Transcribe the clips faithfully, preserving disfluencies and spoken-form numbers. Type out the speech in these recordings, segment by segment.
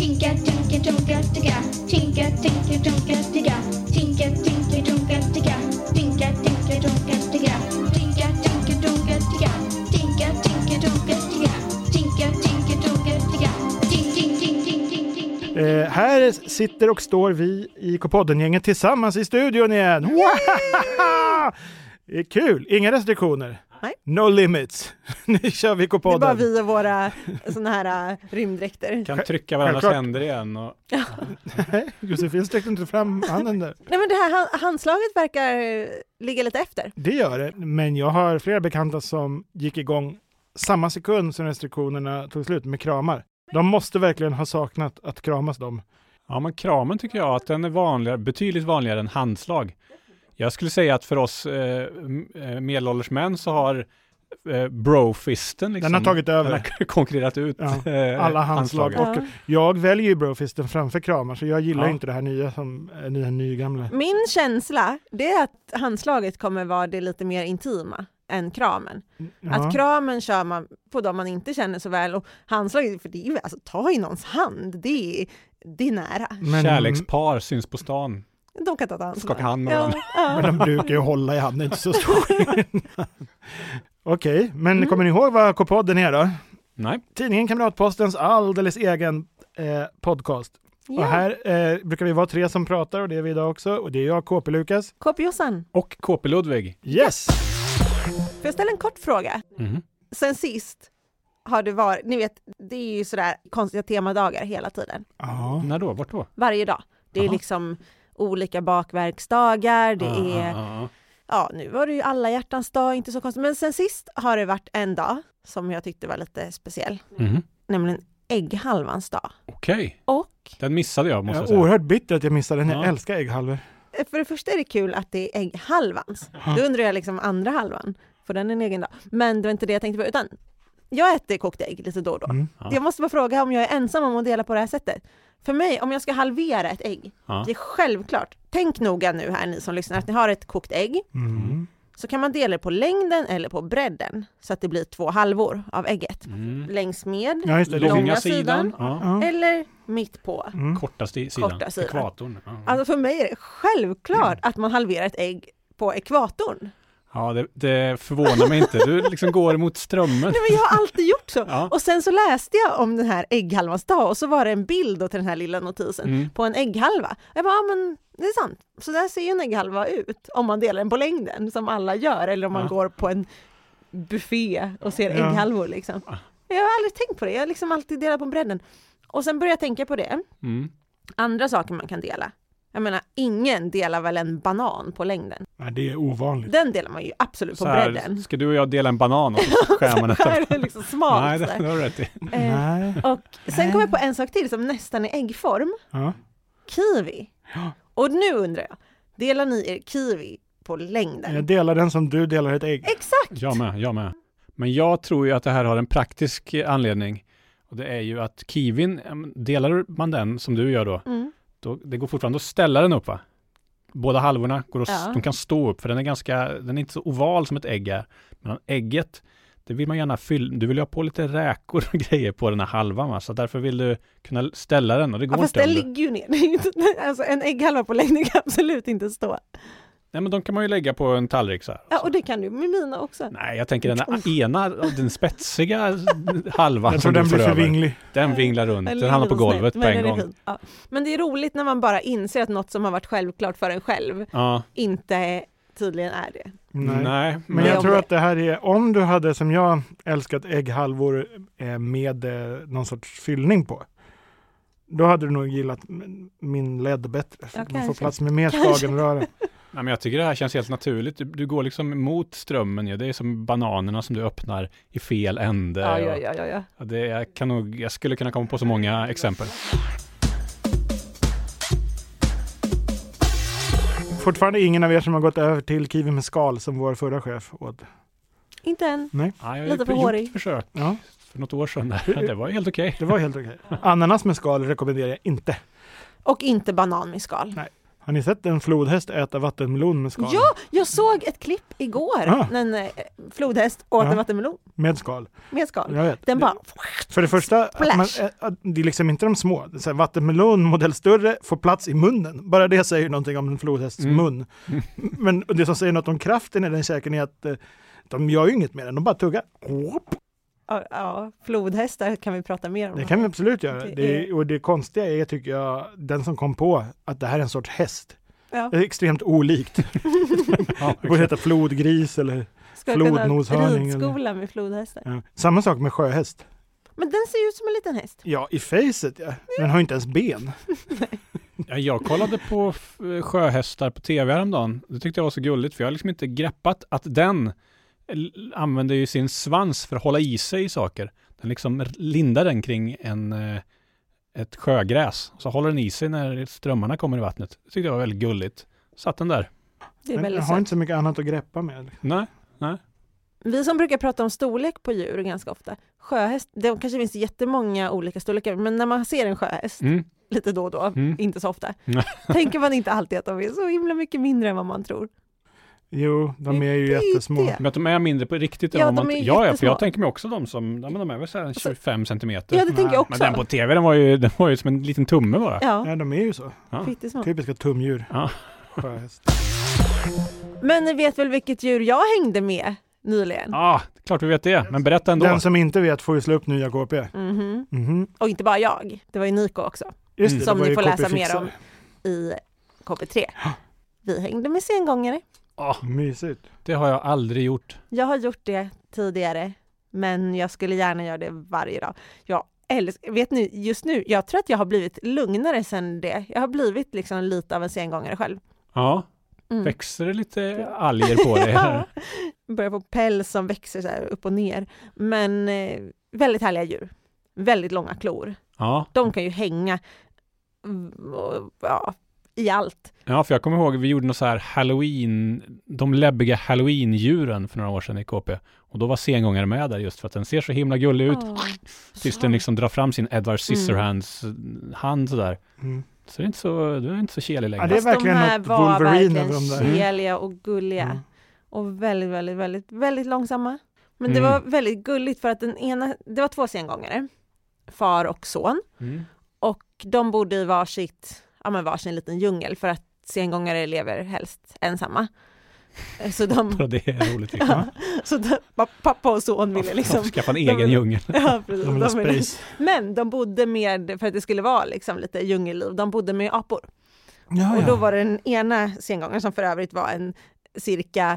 Tinka, tinka, tunka, ticka. Tinka, tinka, tunka, ticka. Tinka, tinka, tunka, ticka. Tinka, tinka, tunka, ticka. Tinka, tinka, tunka, ticka. Tinka, tinka, tunka, ticka. Tinka, tinka, tunka, ticka. Ting, ting, ting, ting, ting, ting, ting. Eh, här sitter och står vi i K-podden-gänget tillsammans i studion igen. Wow! Det är kul. Inga restriktioner. Nej. No limits. Nu kör vi Det är K-podden. bara vi och våra såna här uh, rymddräkter. Kan trycka varandras Självklart. händer igen. Och... Nej, Josefin sträckte inte fram handen där. Nej, men det här hand- handslaget verkar ligga lite efter. Det gör det, men jag har flera bekanta som gick igång samma sekund som restriktionerna tog slut med kramar. De måste verkligen ha saknat att kramas dem. Ja, men kramen tycker jag att den är vanligare, betydligt vanligare än handslag. Jag skulle säga att för oss eh, medelålders män så har eh, brofisten liksom, Den har tagit över. Den har konkurrerat ut Ja, eh, alla handslag. handslaget. Och jag väljer ju brofisten framför kramar, så jag gillar Ja. inte det här nya som äh, nya nygamla. Min känsla, det är att handslaget kommer vara det lite mer intima än kramen. Ja. Att kramen kör man på dem man inte känner så väl, och handslaget, för det är ju, alltså ta i någons hand, det är, det är nära. Men, Kärlekspar syns på stan. De kan ta ett handslag. Skaka hand med Ja, varandra. ja. men de brukar ju hålla i handen, inte så stor skillnad. Okej, men Mm. kommer ni ihåg vad K-podden är då? Nej. Tidningen Kamratpostens alldeles egen eh, podcast. Ja. Och här eh, brukar vi vara tre som pratar, och det är vi idag också. Och det är jag, K P Lukas. K P Jossan, Och K P Ludvig. Yes! får jag ställa en kort fråga? Mhm. Sen sist har det varit, ni vet, det är ju sådär konstiga temadagar hela tiden. Ja. När då? Vart då? Varje dag. Det är Aha. liksom olika bakverksdagar, det Ah, är, ah, ah. ja, nu var det ju alla hjärtans dag, inte så konstigt. Men sen sist har det varit en dag som jag tyckte var lite speciell, Mhm. nämligen ägghalvans dag. Okej. Och Den missade jag, måste Jag jag är säga. oerhört bitter att jag missade den. Jag Ja. älskar ägghalvor. för det första är det kul att det är ägghalvans. Då undrar jag liksom andra halvan, för den är en egen dag. Men det var inte det jag tänkte på, utan jag äter kokt ägg lite då och då. Mm. Ja. Jag måste bara fråga om jag är ensam om att dela på det här sättet. För mig, om jag ska halvera ett ägg, Ja. det är självklart. Tänk noga nu här, ni som lyssnar, att ni har ett kokt ägg. Mm. Så kan man dela det på längden eller på bredden, så att det blir två halvor av ägget. Mm. Längs med, Ja, just det. Långa Långa sidan. sidan. Ja. Ja. eller mitt på. Mm. Kortaste i- sidan. Korta sidan. Ekvatorn. Ja. Alltså för mig är det självklart att man halverar ett ägg på ekvatorn. Ja, det, det förvånar mig inte. Du liksom går mot strömmen. Nej, men jag har alltid gjort så. Ja. Och sen så läste jag om den här ägghalvans dag, och så var det en bild då till den här lilla notisen Mm. på en ägghalva. Jag bara, ja, men det är sant. Så där ser ju en ägghalva ut om man delar den på längden, som alla gör, eller om man Ja. går på en buffé och ser Ja. ägghalvor liksom. Jag har aldrig tänkt på det. Jag har liksom alltid delat på bredden. Och sen började jag tänka på det. Mm. Andra saker man kan dela. Jag menar, ingen delar väl en banan på längden. Nej, det är ovanligt. Den delar man ju absolut på Så här, bredden. ska du och jag dela en banan och så skär man Så den? är det liksom smalt. Nej, det så det där. har du rätt i. Eh, Nej. och sen kom jag på en sak till som nästan är äggform. Ja. Kiwi. Ja. Och nu undrar jag, delar ni er kiwi på längden? Jag delar den som du delar ett ägg. Exakt! Jag med, jag med. Men jag tror ju att det här har en praktisk anledning. Och det är ju att kiwin, delar man den som du gör då, Mm. då det går fortfarande att ställa den upp, va? Båda halvorna går att, Ja. de kan stå upp, för den är ganska, den är inte så oval som ett ägg är. Men ägget, det vill man gärna fylla, du vill ju ha på lite räkor och grejer på den här halvan, va? Så därför vill du kunna ställa den, och det går Ja, fast inte. den om du- ligger ju ner. Det är ju inte- alltså, en ägghalva på längden kan absolut inte stå. Nej, men de kan man ju lägga på en tallrik så här. Ja, och det kan du med mina också. Nej, jag tänker den här ena, den spetsiga halvan Jag som tror du den får blir för över. vinglig. Den vinglar runt, Den den hamnar på ligger lite golvet snett, på men en den är gång. fin. Ja. Men det är roligt när man bara inser att något som har varit självklart för en själv Ja, inte tydligen är det. Nej. nej. Men Men jag om tror det- att det här är, om du hade som jag älskat ägghalvor eh, med eh, någon sorts fyllning på, då hade du nog gillat m- min L E D bättre. För Ja, man får kanske. plats med mer Kanske. skagenröra. Nej, men jag tycker det här känns helt naturligt. Du, du går liksom mot strömmen. Ja. Det är som bananerna som du öppnar i fel ände. Ja, och- ja, ja, ja, ja. Ja, det, jag, kan nog, jag skulle kunna komma på så många exempel. Fortfarande ingen av er som har gått över till kiwi med skal som vår förra chef åt. Inte än. Nej, Ja, jag har Lite för gjort hårig. ett försök ja, för något år sedan. Där. Det var helt okej. det var helt okej. Ananas med skal rekommenderar jag inte. Och inte banan med skal. Nej. Har ni sett en flodhäst äta vattenmelon med skal? Ja, jag såg ett klipp igår Ah. när en eh, flodhäst åt Ja. en vattenmelon Med skal. med skal. Jag vet. Den bara... För det första, att man, Splash. att det är liksom inte de små. Det är så här, vattenmelon, modell större, får plats i munnen. Bara det säger någonting om en flodhästs Mm. mun. Men det som säger något om kraften i den käken är att eh, de gör ju inget med den, de bara tuggar. Ja, ja, flodhästar kan vi prata mer om. Det kan vi absolut göra. Det Det är- och det konstiga är, tycker jag, den som kom på att det här är en sorts häst. Ja. Det är extremt olikt. Ja, Det borde heta flodgris eller... Ska kunna flodnoshörning eller- ridskola med flodhästar. Ja. Samma sak med sjöhäst. Men den ser ju ut som en liten häst. Ja, i facet, ja. Den har ju inte ens ben. Ja, jag kollade på f- sjöhästar på tv häromdagen. Det tyckte jag var så gulligt för jag har liksom inte greppat att den l- använder ju sin svans för att hålla i sig i saker. Den liksom lindar den kring en, eh, ett sjögräs. Så håller den i sig när strömmarna kommer i vattnet. Det tyckte jag var väldigt gulligt. Satt den där. Det är Den väldigt har sött. inte så mycket annat att greppa med. Nej. Vi som brukar prata om storlek på djur ganska ofta. Sjöhäst, det kanske finns jättemånga olika storlekar, men när man ser en sjöhäst Mm. lite då och då, Mm. inte så ofta, Nej. tänker man inte alltid att de är så himla mycket mindre än vad man tror. Jo, de Det är ju är jättesmå. det. Men att de är mindre på riktigt Ja, än vad de man... är Ja, ja, för jättesmå. jag tänker mig också de som... Ja, men de är väl så här tjugofem centimeter. Ja, det tänker jag Nej, också. Men den på tv, den var ju, den var ju som en liten tumme bara. Ja, Ja, de är ju så. Ja. pyttesmå. Typiska tumdjur. Ja. Sjöhäst. Men ni vet väl vilket djur jag hängde med nyligen? Ja, klart vi vet det. Men berätta ändå. Den som inte vet får ju slå upp nya K P. Mhm. Mhm. Och inte bara jag, det var ju Nico också Just Mm. det, Som det var ni ju får läsa K P mer fixar. om. i K P tre. Vi hängde med sengångare. Åh, Mysigt. det har jag aldrig gjort. Jag har gjort det tidigare, men jag skulle gärna göra det varje dag. Jag älskar, vet ni, just nu, jag tror att jag har blivit lugnare sen det. Jag har blivit liksom lite av en sengångare själv. Ja, Mm. växer det lite alger på det? Ja. Börjar få päls som växer så här upp och ner. Men eh, väldigt härliga djur. Väldigt långa klor. Ja. De kan ju hänga mm, och, ja, i allt. Ja, för jag kommer ihåg vi gjorde något så här Halloween, de läbbiga Halloween-djuren för några år sedan i K P. Och då var sengångare med där just för att den ser så himla gullig ut. Åh. Tills den liksom drar fram sin Edward Scissorhands hand sådär. Mm. Så det är inte så, det är inte så kelig längre. Ja, det är Fast de verkligen här något var Wolverine verkligen över dem där. keliga och gulliga. Mm. Och väldigt, väldigt, väldigt, väldigt långsamma. Men det Mm. var väldigt gulligt för att den ena, det var två sengångare. Far och son. Mm. Och de bodde i varsitt, ja men varsin liten djungel för att sengångare lever helst ensamma. Så de, Så det är roligt. Liksom. ja, så de, pappa och son ville liksom... Skaffa en egen de- djungel. Ja, precis. De vill ha De ville- space. Men de bodde med, för att det skulle vara liksom lite djungelliv, de bodde med apor. Ja, Och då ja. var det den ena sengångaren som för övrigt var en cirka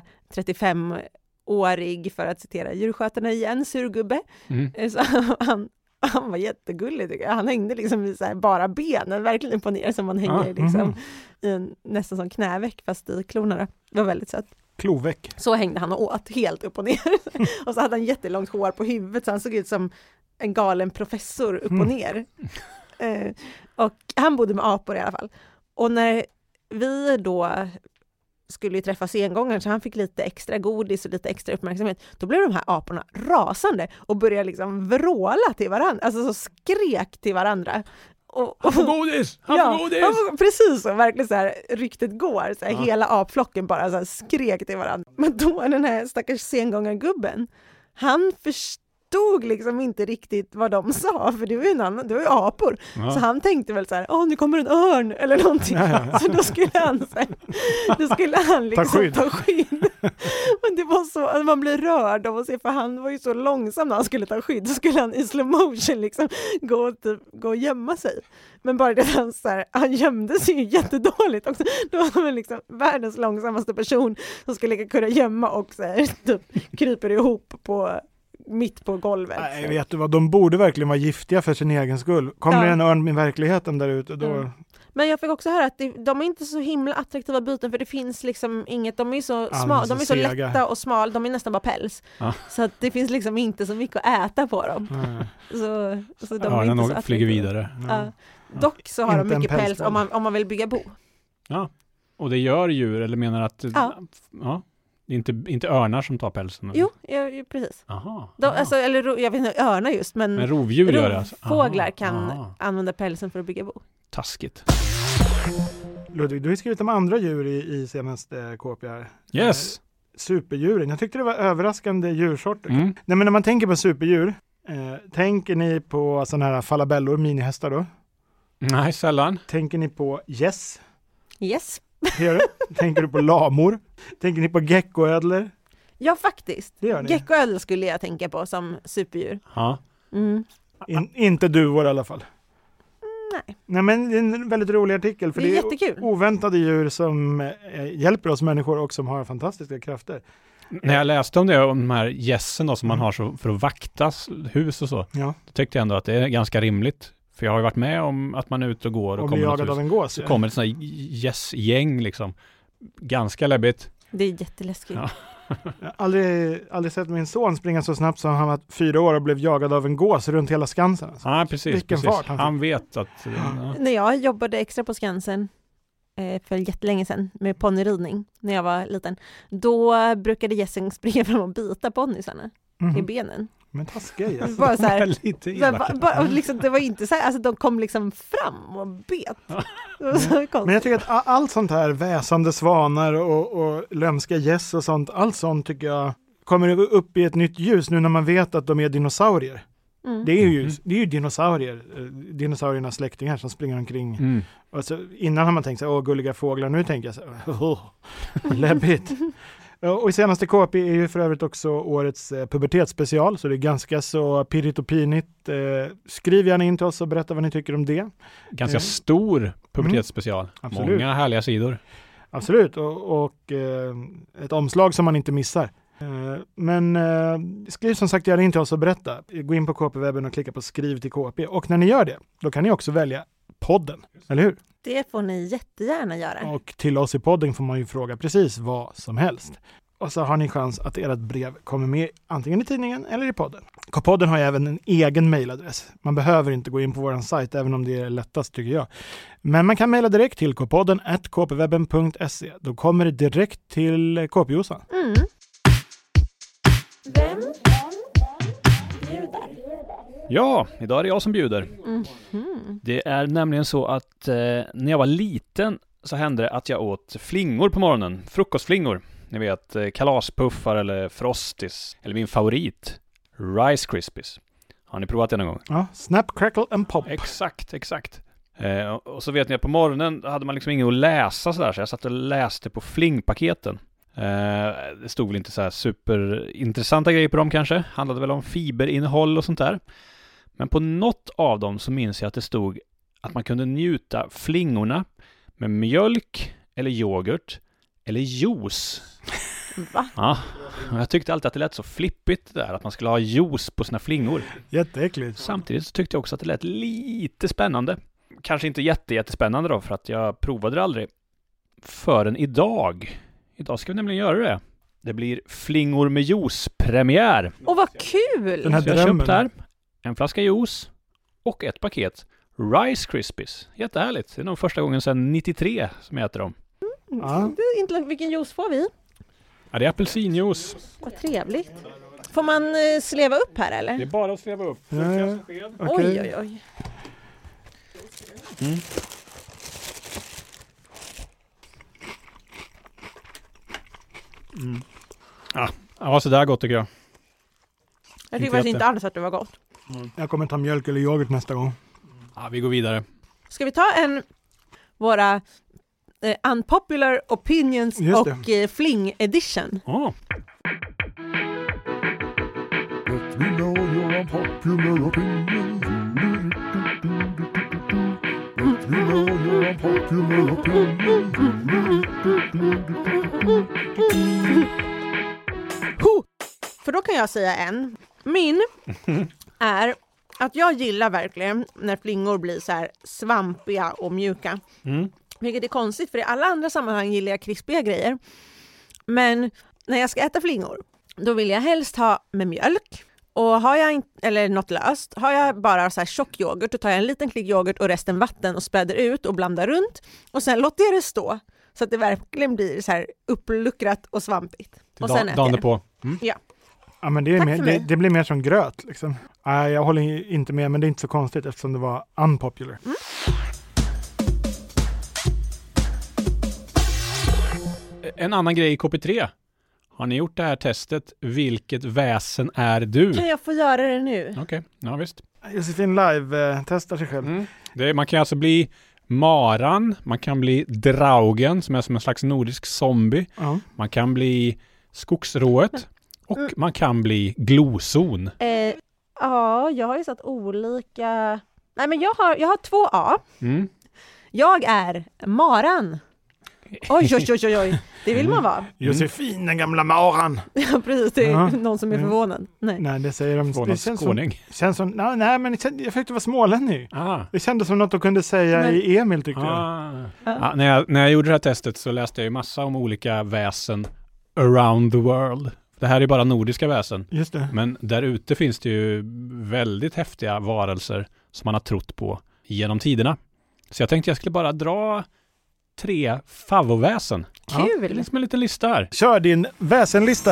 trettiofemårig, för att citera djurskötarna igen, surgubbe. Mm. Så han, han var jättegullig tycker jag. Han hängde liksom i så här bara benen, verkligen på ner som man hänger Ah, liksom, mhm. i en, nästan som knäveck fast i klorna. Då. Det var väldigt sött. Kloveck. Så hängde han och åt helt upp och ner. Och så hade han jättelångt hår på huvudet så han såg ut som en galen professor upp och Mm. ner. Eh, och han bodde med apor i alla fall. Och när vi då skulle ju träffa sengångaren så han fick lite extra godis och lite extra uppmärksamhet, då blev de här aporna rasande och började liksom vråla till varandra, alltså så skrek till varandra. Och, Han får godis! Han Ja, får godis! han får- precis så, verkligen så här ryktet går, så här, Ja. hela apflocken bara så här skrek till varandra. Men då den här stackars sengångargubben, han förstod liksom inte riktigt vad de sa, för det var ju en annan, det var ju apor. Ja. Så han tänkte väl så här, åh nu kommer en örn eller någonting. Ja, ja. Så då skulle han så här, då skulle han liksom ta skydd. skydd. Men det var så, alltså man blir rörd av att se, för han var ju så långsam när han skulle ta skydd, så skulle han i slow motion liksom gå och, typ, gå och gömma sig. Men bara det att han, så här, han gömde sig ju jättedåligt också. Då var han liksom världens långsammaste person som skulle kunna gömma och så här, typ, kryper ihop på mitt på golvet. Nej, vet du vad, de borde verkligen vara giftiga för sin egen skull. Kommer Ja. det en örn i verkligheten där ute, då... Mm. Men jag fick också höra att det, de är inte så himla attraktiva byten, för det finns liksom inget, de är så, Ja, smal, de de är är så så sega. lätta och smal, de är nästan bara päls. Ja. Så att det finns liksom inte så mycket att äta på dem. Nej. Så, så de är Örnen inte så nog flyger attraktiva. vidare. Ja. Dock så har de Inte en mycket päls pälsboll. om man, om man vill bygga bo. Ja. Och det gör djur, eller menar att... Ja. Ja. Det är inte, inte örnar som tar pälsen? eller? Jo, ja, ju precis. Aha. De, aha. alltså, eller ro- jag vet inte, örnar just, men, Men rovdjur gör det alltså? rovfåglar Aha. kan Aha. använda pälsen för att bygga bo. Taskigt. Ludvig, du har skrivit om andra djur i, i senaste K P här. Yes. Eh, superdjuren. Jag tyckte det var överraskande djursorter. Mm. Nej, men när man tänker på superdjur, eh, tänker ni på sådana här falabellor, minihästar då? Nej, sällan. Tänker ni på gäss? Yes. Tänker du på lamor? Tänker ni på geckoödlor? Ja, faktiskt. Det gör ni. Geckoödlor skulle jag tänka på som superdjur. Ja. Mm. In, inte duvor i alla fall. Nej. Nej, men det är en väldigt rolig artikel. För Det är det är jättekul. oväntade djur som eh, hjälper oss människor och som har fantastiska krafter. När jag läste om det, om de här gässen då, som Mm. man har så, för att vakta hus och så, Ja, då tyckte jag ändå att det är ganska rimligt. För jag har ju varit med om att man är ute och går och, och kommer blir något jagad hus, av en gås. så ja. kommer ett sånt här gässgäng liksom. Ganska läbbigt. Det är jätteläskigt. Ja. Jag har aldrig, aldrig sett min son springa så snabbt som han var fyra år och blev jagad av en gås runt hela Skansen. Alltså. Ja, precis. Vilken precis. fart han Han, fick. vet att... Ja. När jag jobbade extra på Skansen eh, för jättelänge sedan med ponnyridning när jag var liten, då brukade gässen springa fram och bita ponnysarna Mhm. i benen. Men taskiga Det alltså. var bara så här, Lite bara, elaka. bara, och liksom, det var inte så här, alltså de kom liksom fram och bet. Det var så konstigt. Men jag tycker att a- allt sånt här, väsande svanar och, och lömska gäss och sånt, allt sånt tycker jag kommer upp i ett nytt ljus nu när man vet att de är dinosaurier. Mm. Det är ju, Mhm. det är ju dinosaurier, eh, dinosauriernas släktingar som springer omkring. Mm. Och så, innan har man tänkt så här, åh gulliga fåglar, nu tänker jag så här, åh, läbbigt. Och i senaste K P är ju för övrigt också årets eh, pubertetsspecial, så det är ganska så pirrigt och pinigt. Eh, skriv gärna in till oss och berätta vad ni tycker om det. Ganska Mm. stor pubertetsspecial. Absolut. Många härliga sidor. Absolut, och, och eh, ett omslag som man inte missar. Eh, men eh, skriv som sagt gärna in till oss och berätta. Gå in på K P-webben och klicka på skriv till K P. Och när ni gör det, då kan ni också välja podden, eller hur? Det får ni jättegärna göra. Och till oss i podden får man ju fråga precis vad som helst. Och så har ni chans att ert brev kommer med antingen i tidningen eller i podden. K-podden har ju även en egen mejladress. Man behöver inte gå in på vår sajt, även om det är lättast tycker jag. Men man kan mejla direkt till kpodden at k p webben punkt se. Då kommer det direkt till K P-Jossan. Mm. Vem bjuder? Ja, idag är det jag som bjuder. Mhm. Det är nämligen så att eh, när jag var liten så hände det att jag åt flingor på morgonen. Frukostflingor. Ni vet, eh, kalaspuffar eller frostis. Eller min favorit, Rice Krispies. Har ni provat det någon gång? Ja, snap, crackle and pop. Exakt, exakt. Eh, och- och så vet ni att på morgonen hade man liksom ingen att läsa sådär, så jag satt och läste på flingpaketen. Eh, det stod väl inte så här superintressanta grejer på dem kanske. Handlade väl om fiberinnehåll och sånt där. Men på något av dem så minns jag att det stod att man kunde njuta flingorna med mjölk eller yoghurt eller juice. Va? Ja, och jag tyckte alltid att det lät så flippigt där, att man skulle ha juice på sina flingor. Jätteäckligt. Samtidigt så tyckte jag också att det lät lite spännande. Kanske inte jätte, jättespännande då, för att jag provade det aldrig förrän idag. Idag ska vi nämligen göra det. Det blir flingor med juice-premiär. Och vad kul! Den här Så jag har drömmen. köpt här en flaska juice och ett paket Rice Krispies. Jättehärligt. Det är nog första gången sedan nittiotre som jag äter dem. Ja. Det är inte, vilken juice får vi? Ja, det är apelsinjuice. Vad trevligt. Får man eh, sleva upp här eller? Det är bara att sleva upp. Ja, ja. Oj, Okej. oj, oj. Mm. Mm. Ja, det var sådär gott tycker jag. Jag Inte tycker faktiskt jätte. inte alls att det var gott. Jag kommer ta mjölk eller yoghurt nästa gång. Ja, vi går vidare. Ska vi ta en våra eh, unpopular opinions Just det. och eh, fling edition? Oh. Let me know your unpopular opinion. Let me know your unpopular opinion. Ho! För då kan jag säga en. Min är att jag gillar verkligen när flingor blir så här svampiga och mjuka. Mm. Vilket är konstigt, för i alla andra sammanhang gillar jag krispiga grejer. Men när jag ska äta flingor, då vill jag helst ha med mjölk. Och har jag inte, eller något löst, har jag bara så här tjock yoghurt, då tar jag en liten klick yoghurt och resten vatten och späder ut och blandar runt. Och sen låter jag det stå så att det verkligen blir så här uppluckrat och svampigt. Och sen äter Dagen jag det. på. Mm. Ja, men det, är Tack mer, för det, mig. det blir mer som gröt liksom. Nej, jag håller inte med, men det är inte så konstigt eftersom det var unpopular. en annan grej i K P tre. Har ni gjort det här testet? Vilket väsen är du? Kan jag få göra det nu? Okej, okay. Ja visst. Josefin live eh, testar sig själv. Mm. Det är, man kan alltså bli maran, man kan bli draugen som är som en slags nordisk zombie. Ja. Man kan bli skogsrået och Mm. man kan bli gloson. Eh, ja, jag har ju satt olika... Nej, men jag har, jag har två A. Mm. Jag är maran. Oj, oj, oj, oj, oj. Det vill man vara. Josefin, den gamla maran. Ja, precis. Det är Ja. någon som är förvånad. Nej. Nej, det säger de. Från Det en känns som, skåning. känns som, nej, nej, men det känns, jag försökte vara smålänning. Ah. Det kändes som något de kunde säga Men- i Emil, tyckte jag. Ah. Ja, när, jag, när jag gjorde det här testet så läste jag ju massa om olika väsen around the world. Det här är bara nordiska väsen. Just det. Men där ute finns det ju väldigt häftiga varelser som man har trott på genom tiderna. Så jag tänkte jag skulle bara dra tre favoväsen. Det är Kul! liksom en liten lista här. Kör din väsenlista.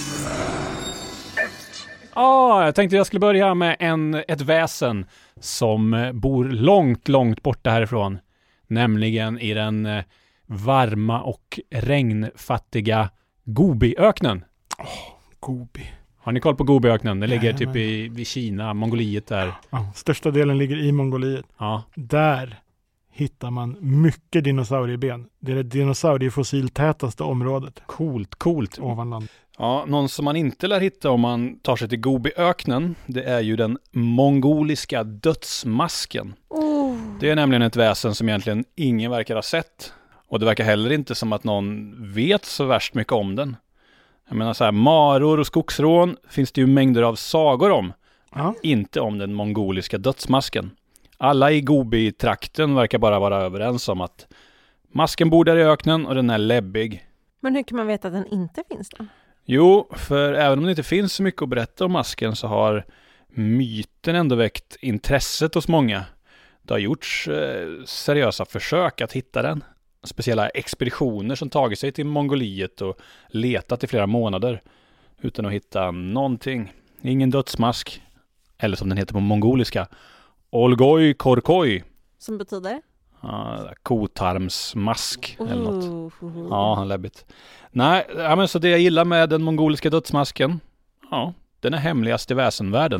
Ja, jag tänkte jag skulle börja med en, ett väsen som eh, bor långt, långt borta härifrån. Nämligen i den eh, varma och regnfattiga Gobiöknen. Gobi. Har ni koll på Gobiöknen? Det ligger Jajamän. typ i, i Kina, Mongoliet där. Ja, största delen ligger i Mongoliet. Ja, Där hittar man mycket dinosaurieben. Det är det dinosauriefossiltätaste området coolt, coolt. ovan land. Ja, någon som man inte lär hitta om man tar sig till Gobiöknen, det är ju den mongoliska dödsmasken. Oh. Det är nämligen ett väsen som egentligen ingen verkar ha sett. Och det verkar heller inte som att någon vet så värst mycket om den. Jag menar så här, maror och skogsrån finns det ju mängder av sagor om. Ja. Inte om den mongoliska dödsmasken. Alla i Gobi-trakten verkar bara vara överens om att masken bor där i öknen och den är läbbig. Men hur kan man veta att den inte finns då? Jo, för även om det inte finns så mycket att berätta om masken så har myten ändå väckt intresset hos många. Det har gjorts eh, seriösa försök att hitta den. Speciella expeditioner som tagit sig till Mongoliet och letat i flera månader utan att hitta någonting. Ingen dödsmask, eller som den heter på mongoliska, Olgoj Korkoj. Som betyder? Ja, kotarmsmask eller något. Oh. Ja, han läbbigt. Nej, ja, men så det jag gillar med den mongoliska dödsmasken, ja, den är hemligast i väsenvärlden.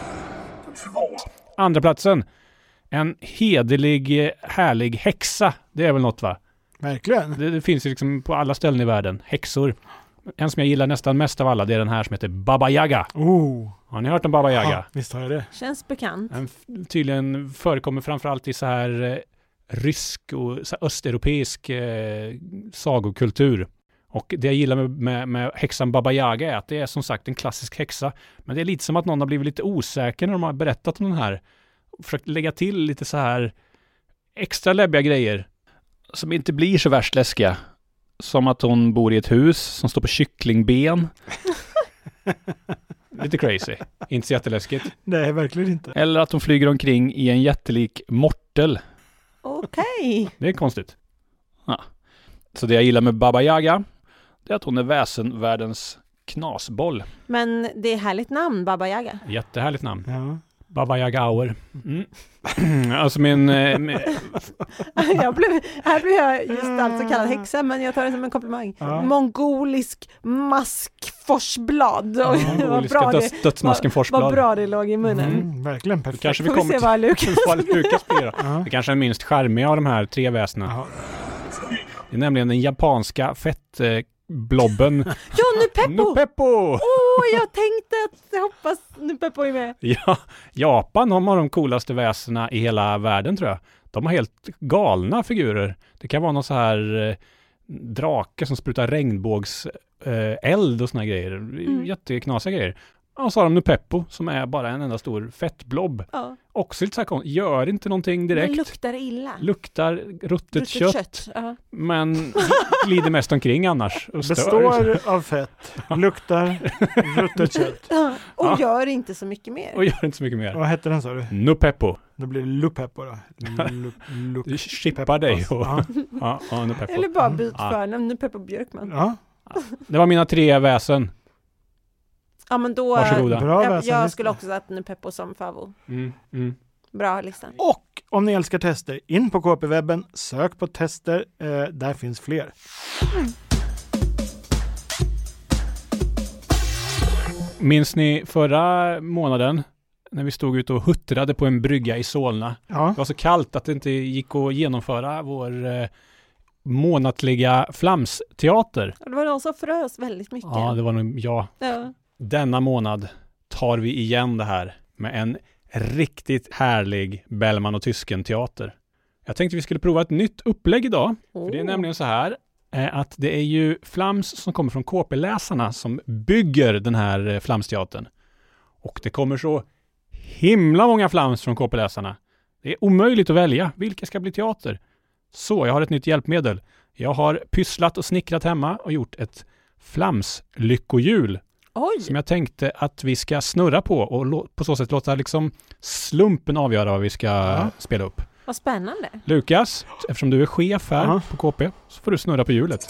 Andra platsen, en hederlig, härlig häxa. Det är väl något, va? Verkligen. Det, det finns ju liksom på alla ställen i världen. Häxor. En som jag gillar nästan mest av alla, det är den här som heter Baba Yaga. Oh. Har ni hört om Baba Yaga? Ja, visst har jag det. Känns bekant. Den f- tydligen förekommer framförallt i så här eh, rysk och så här östeuropeisk eh, sagokultur. Och det jag gillar med, med, med häxan Baba Yaga är att det är som sagt en klassisk häxa. Men det är lite som att någon har blivit lite osäker när de har berättat om den här. Och försökt lägga till lite så här extra läbbiga grejer som inte blir så värst läskiga. Som att hon bor i ett hus som står på kycklingben. Lite crazy. Inte så jätteläskigt. Nej, verkligen inte. Eller att hon flyger omkring i en jättelik mortel. Okej. Det är konstigt. Ja. Så det jag gillar med Baba Yaga, det är att hon är väsenvärldens knasboll. Men det är härligt namn, Baba Yaga. Jättehärligt namn. Ja. Baba Yaga Hour. Mm. Alltså min... eh, min jag blev, här blev jag just alltså kallad häxa, men jag tar det som en komplimang. Ja. Mongolisk maskforsblad. Oj, vad mongoliska bra döds, det, dödsmasken vad, forsblad. vad bra det låg i munnen. Mm, verkligen perfekt. Kanske vi Får vi kommer se vad Lukas... vad Lukas blir då. Ja. Det kanske är den minst charmiga av de här tre väsena. Jaha. Det är nämligen den japanska fettblobben. Ja, Nupeppo! Nupeppo! Åh, jag tänkte att jag hoppas Nupeppo är med. Ja, Japan de har de coolaste väsena i hela världen tror jag. De har helt galna figurer. Det kan vara någon så här eh, drake som sprutar regnbågs eh, eld och såna här grejer. Mm. Jätteknasiga grejer. Och så har de Nupeppo som är bara en enda stor fettblob. Ja. Också lite så här konstigt. Gör inte någonting Det direkt. luktar illa. Luktar ruttet Ruttet kött, kött. Ja. men glider mest omkring annars. Och stör. Består av fett, luktar ruttet kött. Ja. Och Ja. gör inte så mycket mer. Och gör inte så mycket mer. Vad hette den, sa du? Nupeppo. Då blir det Lupeppo då. Lu, lu, Du chippar dig. Och, Ja. ja, ja, Nupeppo. Eller bara byt Ja. förnamn, Nupeppo Björkman. Ja. Det var mina tre väsen. Ja, men då... Varsågoda. Bra jag, väsenlista. jag skulle också satt Nupeppo som favo. Mm, mm. Bra lista. Och om ni älskar tester, in på K P-webben, sök på tester, eh, där finns fler. Minns ni förra månaden när vi stod ute och huttrade på en brygga i Solna? Ja. Det var så kallt att det inte gick att genomföra vår eh, månatliga flamsteater. Det var någon som frös väldigt mycket. Ja, det var nog jag. Ja. Denna månad tar vi igen det här med en riktigt härlig Bellman och Tysken-teater. Jag tänkte vi skulle prova ett nytt upplägg idag. Oh. För det är nämligen så här eh, att det är ju flams som kommer från K P-läsarna som bygger den här eh, flamsteatern. Och det kommer så himla många flams från K P-läsarna. Det är omöjligt att välja. Vilka ska bli teater? Så, jag har ett nytt hjälpmedel. Jag har pysslat och snickrat hemma och gjort ett flamslyckohjul. Oj! Som jag tänkte att vi ska snurra på och lo- på så sätt låta liksom slumpen avgöra vad vi ska Ja. spela upp. Vad spännande. Lukas, eftersom du är chef här Ja. på K P så får du snurra på hjulet.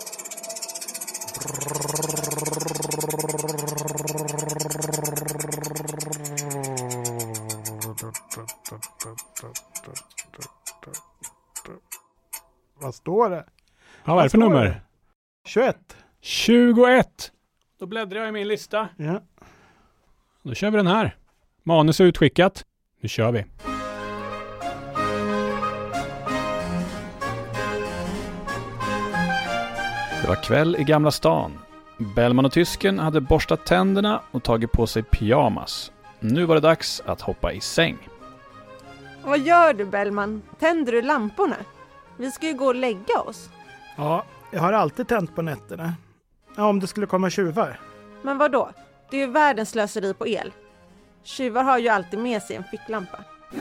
Vad står det? Ja, vad är det för står nummer? det? tjugoett. tjugoett. Då bläddrar jag i min lista. Ja. Då kör vi den här. Manus är utskickat. Nu kör vi. Det var kväll i Gamla stan. Bellman och Tysken hade borstat tänderna och tagit på sig pyjamas. Nu var det dags att hoppa i säng. Vad gör du, Bellman? Tänder du lamporna? Vi ska ju gå och lägga oss. Ja, jag har alltid tänt på nätterna. Ja, om det skulle komma tjuvar. Men vad då? Det är ju världens slöseri på el. Tjuvar har ju alltid med sig en ficklampa.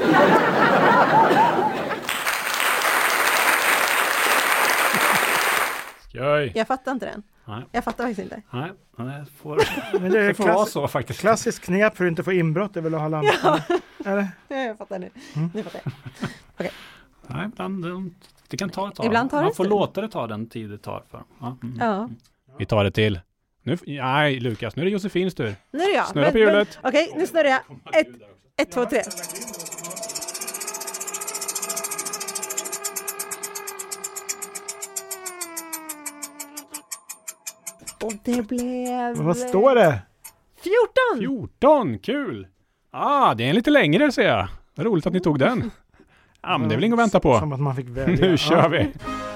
Skoj. Jag fattar inte den. Nej, Jag fattar faktiskt inte. nej, det får, Men det är det får vara klass- så faktiskt. klassiskt knep för att inte få inbrott är väl att ha lampan. Eller? Ja, jag fattar nu. Mm. Nu fattar jag. Nej, ibland, um, det kan ta ett tag. Ibland tar det Man får tid. låta det ta den tid det tar. För. Ja, mm. Ja. Vi tar det till. Nu, nej, Lukas, nu är det Josefins tur. Nu är det jag. Snurra på hjulet. Okej, nu snurrar jag. Ett, ett, två, tre. Och det blev... Men vad står det? fjorton! fjorton, kul! Ah, det är en lite längre ser jag. Vad roligt att ni tog den. Ja, men det är väl inget att vänta på. Som att man fick välja. Nu kör Ja. vi.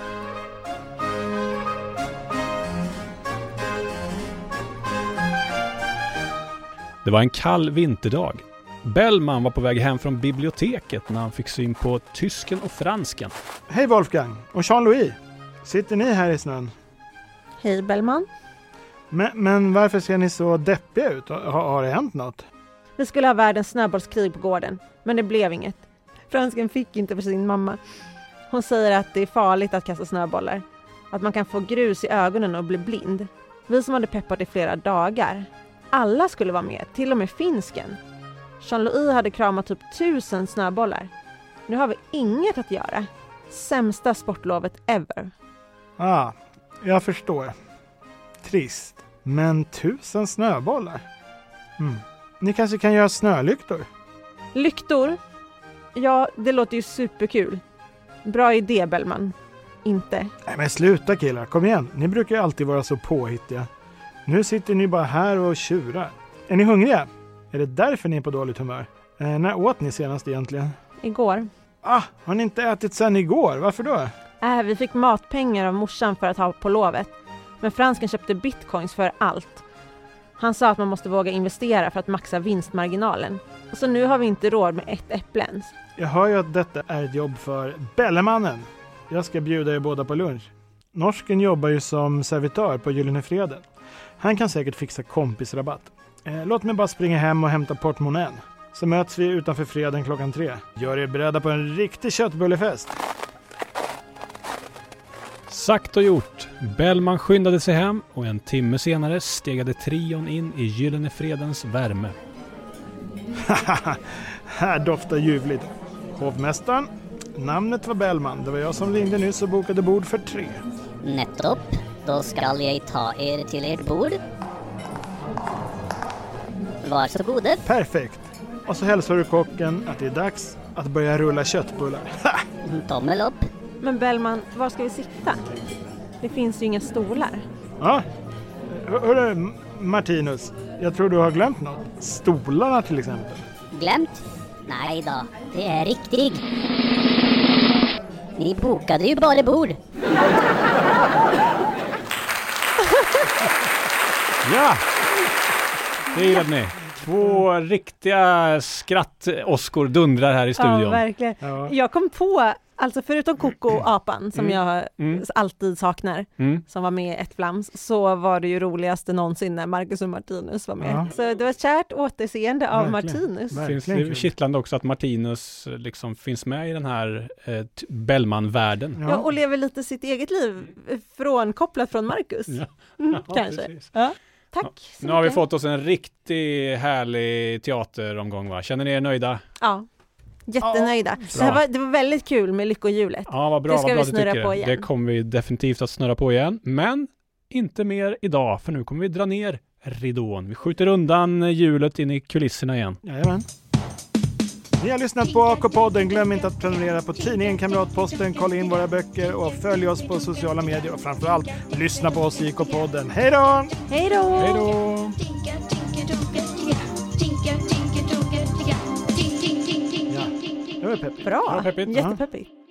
Det var en kall vinterdag. Bellman var på väg hem från biblioteket när han fick syn på Tysken och Fransken. Hej Wolfgang och Jean-Louis. Sitter ni här i snön? Hej Bellman. Men, men varför ser ni så deppiga ut? Har, har det hänt något? Vi skulle ha världens snöbollskrig på gården, men det blev inget. Fransken fick inte för sin mamma. Hon säger att det är farligt att kasta snöbollar. Att man kan få grus i ögonen och bli blind. Vi som hade peppat i flera dagar. Alla skulle vara med, till och med finsken. Jean-Louis hade kramat typ tusen snöbollar. Nu har vi inget att göra. Sämsta sportlovet ever. Ah, jag förstår. Trist. Men tusen snöbollar? Mm. Ni kanske kan göra snölyktor? Lyktor? Ja, det låter ju superkul. Bra idé, Bellman. Inte. Nej men sluta killar, kom igen. Ni brukar ju alltid vara så påhittiga. Nu sitter ni bara här och tjurar. Är ni hungriga? Är det därför ni är på dåligt humör? Eh, när åt ni senast egentligen? Igår. Ah, har ni inte ätit sedan igår? Varför då? Äh, vi fick matpengar av morsan för att ha på lovet. Men fransken köpte bitcoins för allt. Han sa att man måste våga investera för att maxa vinstmarginalen. Så nu har vi inte råd med ett äpple ens. Jag hör ju att detta är ett jobb för Bellemannen. Jag ska bjuda er båda på lunch. Norsken jobbar ju som servitör på Gyllene Freden. Han kan säkert fixa kompisrabatt. Eh, låt mig bara springa hem och hämta portmonnän. Så möts vi utanför Freden klockan tre. Gör er beredda på en riktig köttbullefest. Sagt och gjort. Bellman skyndade sig hem och en timme senare stegade trion in i Gyllene Fredens värme. Här doftar ljuvligt. Hovmästaren, namnet var Bellman. Det var jag som ringde nyss och bokade bord för tre. Nettopp, då skall jag ta er till ert bord. Var så gode. Perfekt. Och så hälsar du kocken att det är dags att börja rulla köttbullar. Tommel upp. Men Bellman, var ska vi sitta? Det finns ju inga stolar. Ja, hörru Martinus. Jag tror du har glömt något. Stolarna till exempel. Glömt? Nej då, det är riktigt. Ni bokade ju bara bord. Ja! Det gillade ni. Två riktiga skratt-Oskor dundrar här i studion. Ja, verkligen. Ja. Jag kom på, alltså förutom Koko apan som Mm. jag Mm. alltid saknar, Mm. som var med i ett flams, så var det ju roligaste någonsin när Marcus och Martinus var med. Ja. Så det var ett kärt återseende av Verkligen. Martinus. Verkligen. Finns det kul. kittlande också att Martinus liksom finns med i den här eh, t- Bellman-världen. Ja, och lever lite sitt eget liv eh, frånkopplat från Marcus. Ja. Mm, Ja, kanske. precis. Ja. Tack så Nu har vi mycket. fått oss en riktigt härlig teateromgång, va? Känner ni er nöjda? Ja, jättenöjda. Det, här var, det var väldigt kul med lyckohjulet. Ja, vad bra, Det ska vad bra vi du snurra tycker. på igen. Det kommer vi definitivt att snurra på igen. Men inte mer idag, för nu kommer vi dra ner ridån. Vi skjuter undan hjulet in i kulisserna igen. Jajamän. Ni har lyssnat på A K-podden. Glöm inte att prenumerera på tidningen Kamratposten, kolla in våra böcker och följ oss på sociala medier och framförallt lyssna på oss i K-podden. Hej då! Hej då! Hej då! Tinka, tinka, dunka, ticka. Tinka, tinka, dunka, ticka. Ting, ting, ting, ting, Ja. ting, ting, ting. Det var peppigt. Bra, Ja, peppigt. jättepeppigt.